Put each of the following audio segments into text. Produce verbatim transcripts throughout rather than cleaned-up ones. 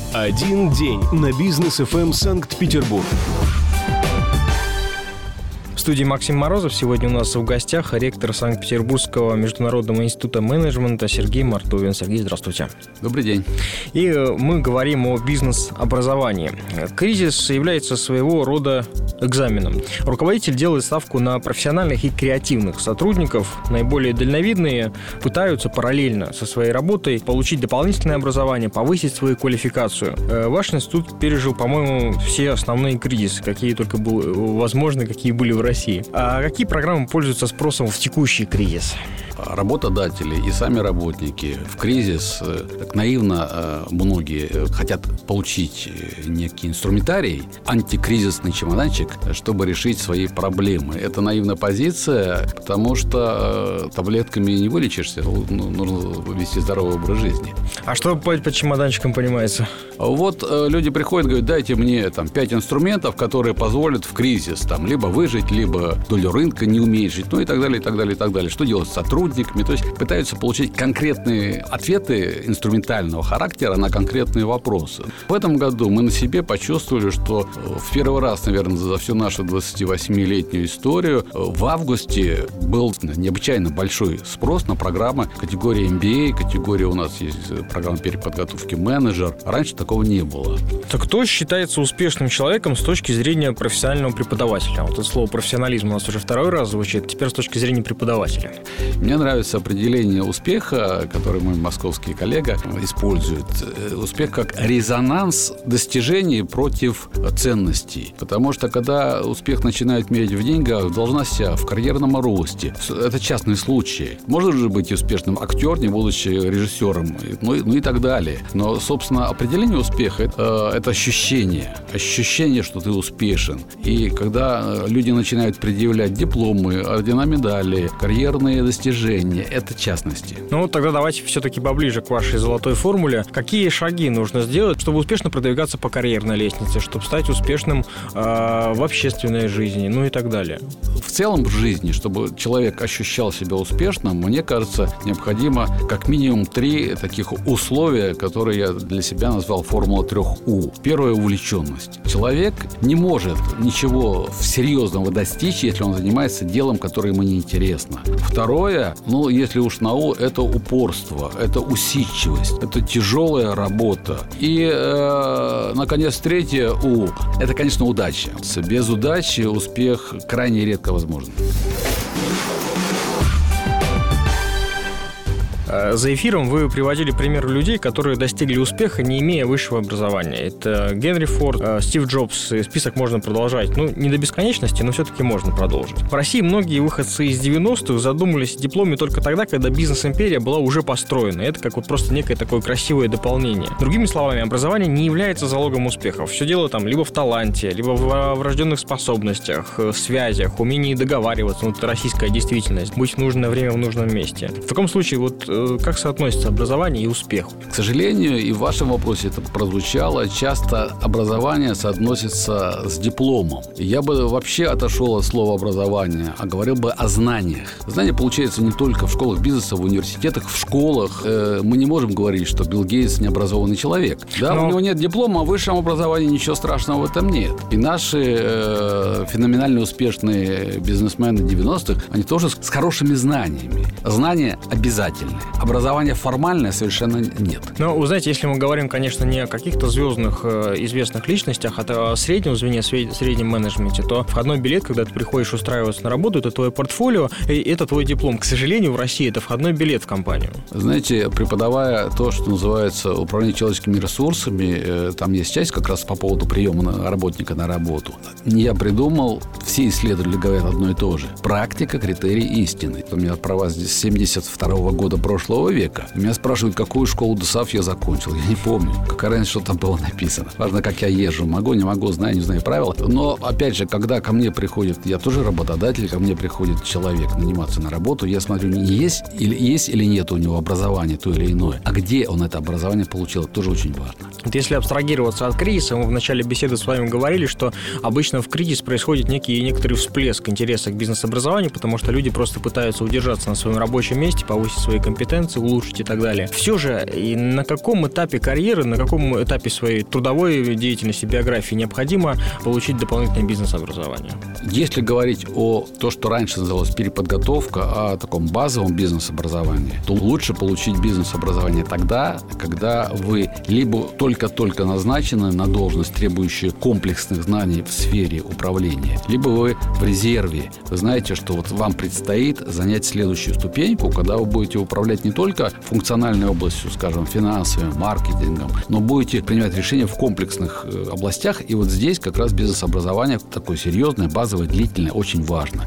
Один день на Бизнес эф эм Санкт-Петербург. В студии Максим Морозов. Сегодня у нас в гостях ректор Санкт-Петербургского международного института менеджмента Сергей Мартовин. Сергей, здравствуйте. Добрый день. И мы говорим о бизнес-образовании. Кризис является своего рода экзаменом. Руководитель делает ставку на профессиональных и креативных сотрудников. Наиболее дальновидные пытаются параллельно со своей работой получить дополнительное образование, повысить свою квалификацию. Ваш институт пережил, по-моему, все основные кризисы, какие только были возможны, какие были в России. А какие программы пользуются спросом в текущий кризис? Работодатели и сами работники в кризис, так наивно многие хотят получить некий инструментарий, антикризисный чемоданчик, чтобы решить свои проблемы. Это наивная позиция, потому что таблетками не вылечишься, нужно вести здоровый образ жизни. А что под чемоданчиком понимается? Вот люди приходят и говорят, дайте мне там пять инструментов, которые позволят в кризис там либо выжить, либо долю рынка не уменьшить, ну и так далее, и так далее, и так далее. Что делать с сотрудниками? То есть пытаются получить конкретные ответы инструментального характера на конкретные вопросы. В этом году мы на себе почувствовали, что в первый раз, наверное, за всю нашу двадцативосьмилетнюю историю в августе был необычайно большой спрос на программы категории эм би эй, категория у нас есть программа переподготовки менеджер. Раньше такого не было. Так кто считается успешным человеком с точки зрения профессионального преподавателя? Вот это слово профессионализм у нас уже второй раз звучит, теперь с точки зрения преподавателя. Мне нравится определение успеха, которое мой московский коллега использует. Успех как резонанс достижений против ценностей. Потому что когда успех начинают мерить в деньгах, в должностях, в карьерном росте, это частный случай. Можно же быть успешным актер, не будучи режиссером, ну, ну и так далее. Но, собственно, определение успеха это, это ощущение. Ощущение, что ты успешен. И когда люди начинают предъявлять дипломы, ордена, медали, карьерные достижения, это частности. Ну, тогда давайте все-таки поближе к вашей золотой формуле. Какие шаги нужно сделать, чтобы успешно продвигаться по карьерной лестнице, чтобы стать успешным э, в общественной жизни, ну и так далее? В целом в жизни, чтобы человек ощущал себя успешным, мне кажется, необходимо как минимум три таких условия, которые я для себя назвал формула трех У. Первое – увлеченность. Человек не может ничего серьезного достичь, если он занимается делом, которое ему неинтересно. Второе, ну, если уж на У, это упорство, это усидчивость, это тяжелая работа. И, э, наконец, третье У – это, конечно, удача. Без удачи успех крайне редко возможен. За эфиром вы приводили пример людей, которые достигли успеха, не имея высшего образования. Это Генри Форд, Стив Джобс, список можно продолжать. Ну, не до бесконечности, но все-таки можно продолжить. В России многие выходцы из девяностых задумались о дипломе только тогда, когда бизнес-империя была уже построена. Это как вот просто некое такое красивое дополнение. Другими словами, образование не является залогом успеха. Все дело там либо в таланте, либо в врожденных способностях, связях, умении договариваться. Ну, это российская действительность. Быть в нужное время в нужном месте. В таком случае, вот как соотносится образование и успех? К сожалению, и в вашем вопросе это прозвучало, часто образование соотносится с дипломом. Я бы вообще отошел от слова образование, а говорил бы о знаниях. Знания получаются не только в школах бизнеса, в университетах, в школах. Мы не можем говорить, что Билл Гейтс необразованный человек. Да, Но... у него нет диплома, а в высшем образовании ничего страшного в этом нет. И наши э, феноменально успешные бизнесмены девяностых, они тоже с хорошими знаниями. Знания обязательны. Образования формальное совершенно нет. Ну, вы знаете, если мы говорим, конечно, не о каких-то звездных э, известных личностях, а о среднем звене, среднем менеджменте, то входной билет, когда ты приходишь устраиваться на работу, это твое портфолио, и это твой диплом. К сожалению, в России это входной билет в компанию. Знаете, преподавая то, что называется управление человеческими ресурсами, э, там есть часть как раз по поводу приема работника на работу. Не я придумал, все исследователи говорят одно и то же. Практика – критерий истины. У меня права здесь семьдесят второго года прошлого века. Меня спрашивают, какую школу ДОСААФ я закончил. Я не помню, какая разница, что там было написано. Важно, как я езжу. Могу, не могу, знаю, не знаю правила. Но, опять же, когда ко мне приходит, я тоже работодатель, ко мне приходит человек наниматься на работу, я смотрю, не есть или, есть или нет у него образование то или иное, а где он это образование получил, это тоже очень важно. Вот если абстрагироваться от кризиса, мы в начале беседы с вами говорили, что обычно в кризис происходит некий некоторый всплеск интереса к бизнес-образованию, потому что люди просто пытаются удержаться на своем рабочем месте, повысить свои компетенции, компетенции улучшить и так далее. Все же, и на каком этапе карьеры, на каком этапе своей трудовой деятельности, биографии необходимо получить дополнительное бизнес-образование? Если говорить о том, что раньше называлось переподготовка, о таком базовом бизнес-образовании, то лучше получить бизнес-образование тогда, когда вы либо только-только назначены на должность, требующую комплексных знаний в сфере управления, либо вы в резерве. Вы знаете, что вот вам предстоит занять следующую ступеньку, когда вы будете управлять не только функциональной областью, скажем, финансовым, маркетингом, но будете принимать решения в комплексных областях. И вот здесь как раз бизнес-образование такое серьезное, базовое, длительное, очень важно.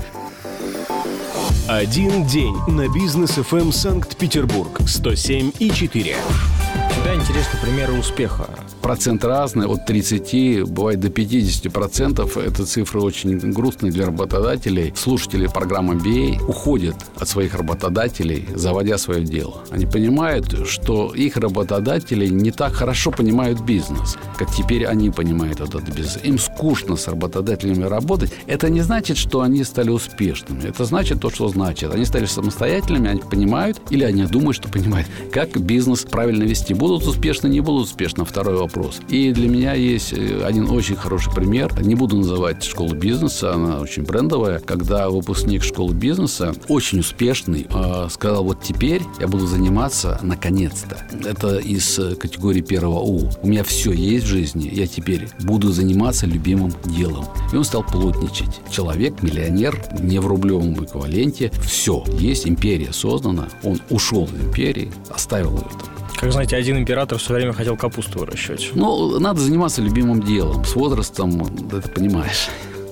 Один день на Бизнес эф эм Санкт-Петербург сто семь и четыре. Всегда интересны примеры успеха. Процент разный, от тридцати, бывает до пятидесяти процентов. Это цифры очень грустные для работодателей. Слушатели программы би эй уходят от своих работодателей, заводя свое дело. Они понимают, что их работодатели не так хорошо понимают бизнес, как теперь они понимают этот бизнес. Им скучно с работодателями работать. Это не значит, что они стали успешными. Это значит то, что значит. Они стали самостоятельными, они понимают, или они думают, что понимают, как бизнес правильно вести. Будут успешны, не будут успешны. Второй вопрос. И для меня есть один очень хороший пример. Не буду называть школу бизнеса, она очень брендовая. Когда выпускник школы бизнеса, очень успешный, сказал, вот теперь я буду заниматься наконец-то. Это из категории первого У. У меня все есть в жизни, я теперь буду заниматься любимым делом. И он стал плотничать. Человек, миллионер, не в рублевом эквиваленте. Все, есть, империя создана. Он ушел из империи, оставил ее там. Как знаете, один император все время хотел капусту выращивать. Ну, надо заниматься любимым делом. С возрастом, ты понимаешь.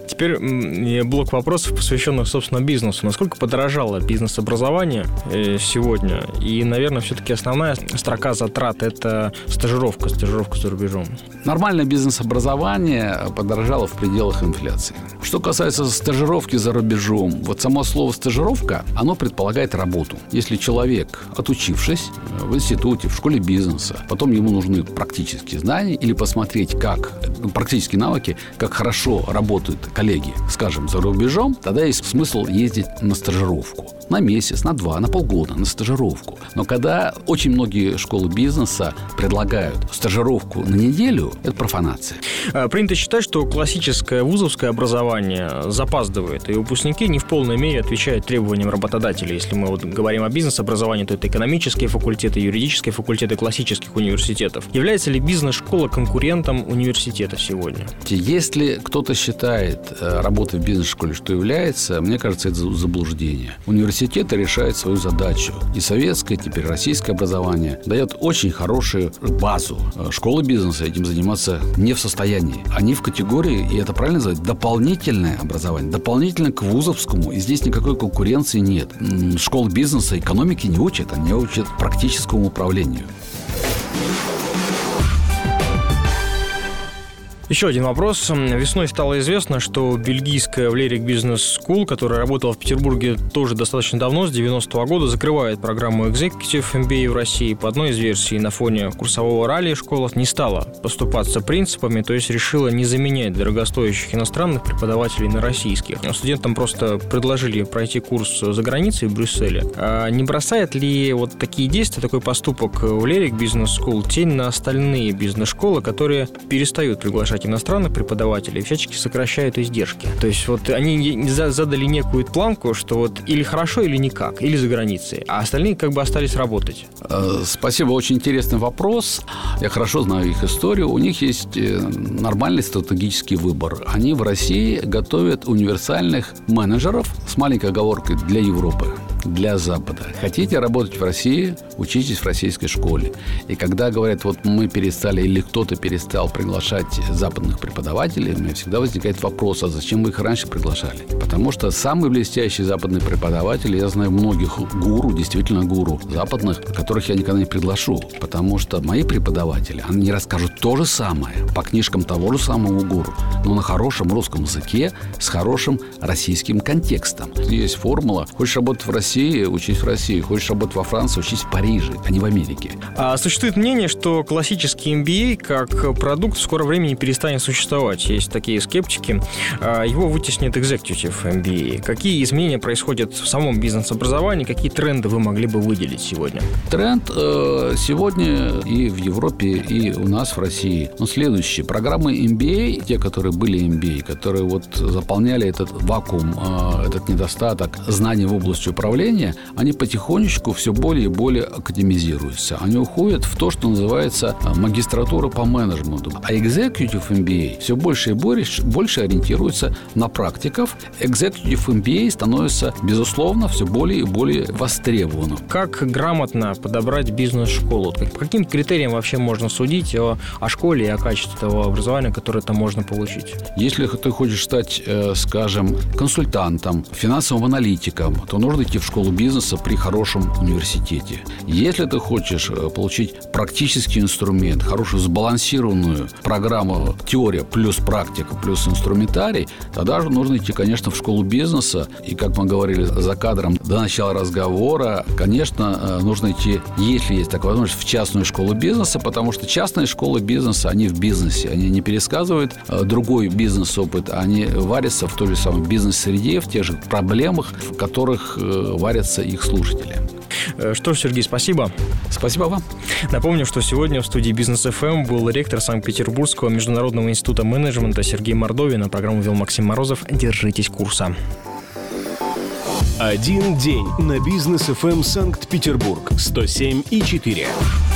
Теперь блок вопросов, посвященных, собственно, бизнесу. Насколько подорожало бизнес-образование сегодня? И, наверное, все-таки основная строка затрат – это стажировка, стажировка за рубежом. Нормальное бизнес-образование подорожало в пределах инфляции. Что касается стажировки за рубежом, вот само слово «стажировка», оно предполагает работу. Если человек, отучившись в институте, в школе бизнеса, потом ему нужны практические знания или посмотреть, как практические навыки, как хорошо работают коллеги, скажем, за рубежом, тогда есть смысл ездить на стажировку. На месяц, на два, на полгода, на стажировку. Но когда очень многие школы бизнеса предлагают стажировку на неделю, это профанация. Принято считать, что классическое вузовское образование запаздывает, и выпускники не в полной мере отвечают требованиям работодателей. Если мы вот говорим о бизнес-образовании, то это экономические факультеты, юридические факультеты классических университетов. Является ли бизнес-школа конкурентом университета сегодня? Если кто-то считает работу в бизнес-школе, что является, мне кажется, это заблуждение. Университеты решают свою задачу. И советское, теперь российское образование дает очень хорошую базу. Школы бизнеса этим заниматься не в состоянии. Они в категории, и это правильно называть, дополнительное образование. Дополнительно к вузовскому. И здесь никакой конкуренции нет. Школы бизнеса экономики не учат, они учат практическому управлению. Еще один вопрос. Весной стало известно, что бельгийская Vlerick Business School, которая работала в Петербурге тоже достаточно давно, с девяностого года, закрывает программу Executive эм би эй в России. По одной из версий, на фоне курсового ралли школа не стала поступаться принципами, то есть решила не заменять дорогостоящих иностранных преподавателей на российских. Студентам просто предложили пройти курс за границей в Брюсселе. А не бросает ли вот такие действия, такой поступок Vlerick Business School тень на остальные бизнес-школы, которые перестают приглашать иностранных преподавателей и всячески сокращают издержки? То есть вот они задали некую планку, что вот или хорошо, или никак, или за границей, а остальные как бы остались работать. Спасибо, очень интересный вопрос. Я хорошо знаю их историю. У них есть нормальный стратегический выбор. Они в России готовят универсальных менеджеров с маленькой оговоркой для Европы, для Запада. Хотите работать в России, учитесь в российской школе. И когда говорят, вот мы перестали или кто-то перестал приглашать западных преподавателей, у меня всегда возникает вопрос, а зачем вы их раньше приглашали? Потому что самые блестящие западные преподаватели, я знаю многих гуру, действительно гуру западных, которых я никогда не приглашу. Потому что мои преподаватели, они не расскажут то же самое по книжкам того же самого гуру, но на хорошем русском языке с хорошим российским контекстом. Есть формула: хочешь работать в России, России, учись в России. Хочешь работать во Франции, учись в Париже, а не в Америке. А существует мнение, что классический эм би эй как продукт в скором времени перестанет существовать. Есть такие скептики. Его вытеснит Executive эм би эй. Какие изменения происходят в самом бизнес-образовании? Какие тренды вы могли бы выделить сегодня? Тренд э, сегодня и в Европе, и у нас в России. Но следующее. Программы эм би эй, те, которые были эм би эй, которые вот заполняли этот вакуум, э, этот недостаток знаний в области управления, они потихонечку все более и более академизируются. Они уходят в то, что называется магистратура по менеджменту. А Executive эм би эй все больше и больше, больше ориентируется на практиков. Executive эм би эй становится, безусловно, все более и более востребованным. Как грамотно подобрать бизнес-школу? По каким критериям вообще можно судить о, о школе и о качестве того образования, которое там можно получить? Если ты хочешь стать, скажем, консультантом, финансовым аналитиком, то нужно идти в школу бизнеса при хорошем университете. Если ты хочешь получить практический инструмент, хорошую сбалансированную программу теория плюс практика плюс инструментарий, тогда же нужно идти, конечно, в школу бизнеса. И, как мы говорили за кадром до начала разговора, конечно, нужно идти, если есть такая возможность, в частную школу бизнеса, потому что частные школы бизнеса, они в бизнесе, они не пересказывают другой бизнес-опыт, они варятся в той же самой бизнес-среде, в тех же проблемах, в которых варятся их слушатели. Что ж, Сергей, спасибо. Спасибо вам. Напомню, что сегодня в студии Бизнес эф эм был ректор Санкт-Петербургского международного института менеджмента Сергей Мордовин. А программу вел Максим Морозов. Держитесь курса. Один день на Бизнес эф эм Санкт-Петербург сто семь и четыре.